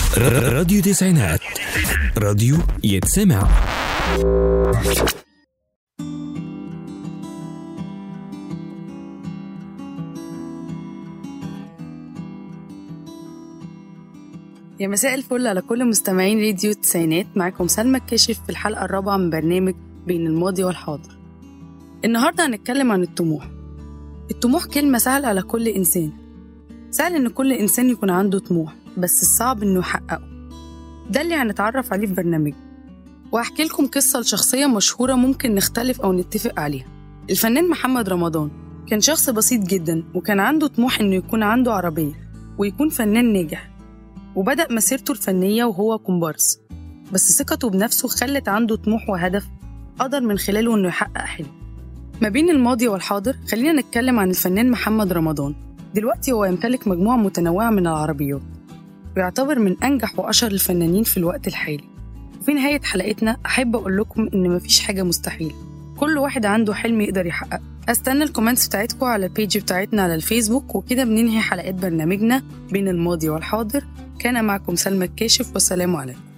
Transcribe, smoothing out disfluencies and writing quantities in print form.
راديو تسعينات، راديو يتسمع. يا مساء الفل على كل مستمعين راديو تسعينات. معكم سلمى الكاشف في الحلقة الرابعة من برنامج بين الماضي والحاضر. النهاردة هنتكلم عن الطموح. الطموح كلمة سهلة على كل إنسان، سهل إن كل إنسان يكون عنده طموح، بس الصعب إنه يحققه. ده اللي هنتعرف عليه في برنامج، وأحكي لكم قصة لشخصية مشهورة ممكن نختلف أو نتفق عليها. الفنان محمد رمضان كان شخص بسيط جدا، وكان عنده طموح إنه يكون عنده عربية ويكون فنان ناجح، وبدأ مسيرته الفنية وهو كومبارس. بس ثقته بنفسه خلت عنده طموح وهدف قدر من خلاله إنه يحقق حلم. ما بين الماضي والحاضر خلينا نتكلم عن الفنان محمد رمضان. دلوقتي هو يمتلك مجموعة متنوعة من العربيات، ويعتبر من أنجح وأشهر الفنانين في الوقت الحالي. وفي نهاية حلقتنا أحب أقول لكم إن مفيش حاجة مستحيل، كل واحد عنده حلم يقدر يحقق. أستنى الكومنتس بتاعتكم على البيج بتاعتنا على الفيسبوك. وكده بننهي حلقات برنامجنا بين الماضي والحاضر. كان معكم سلمى الكاشف، والسلام عليكم.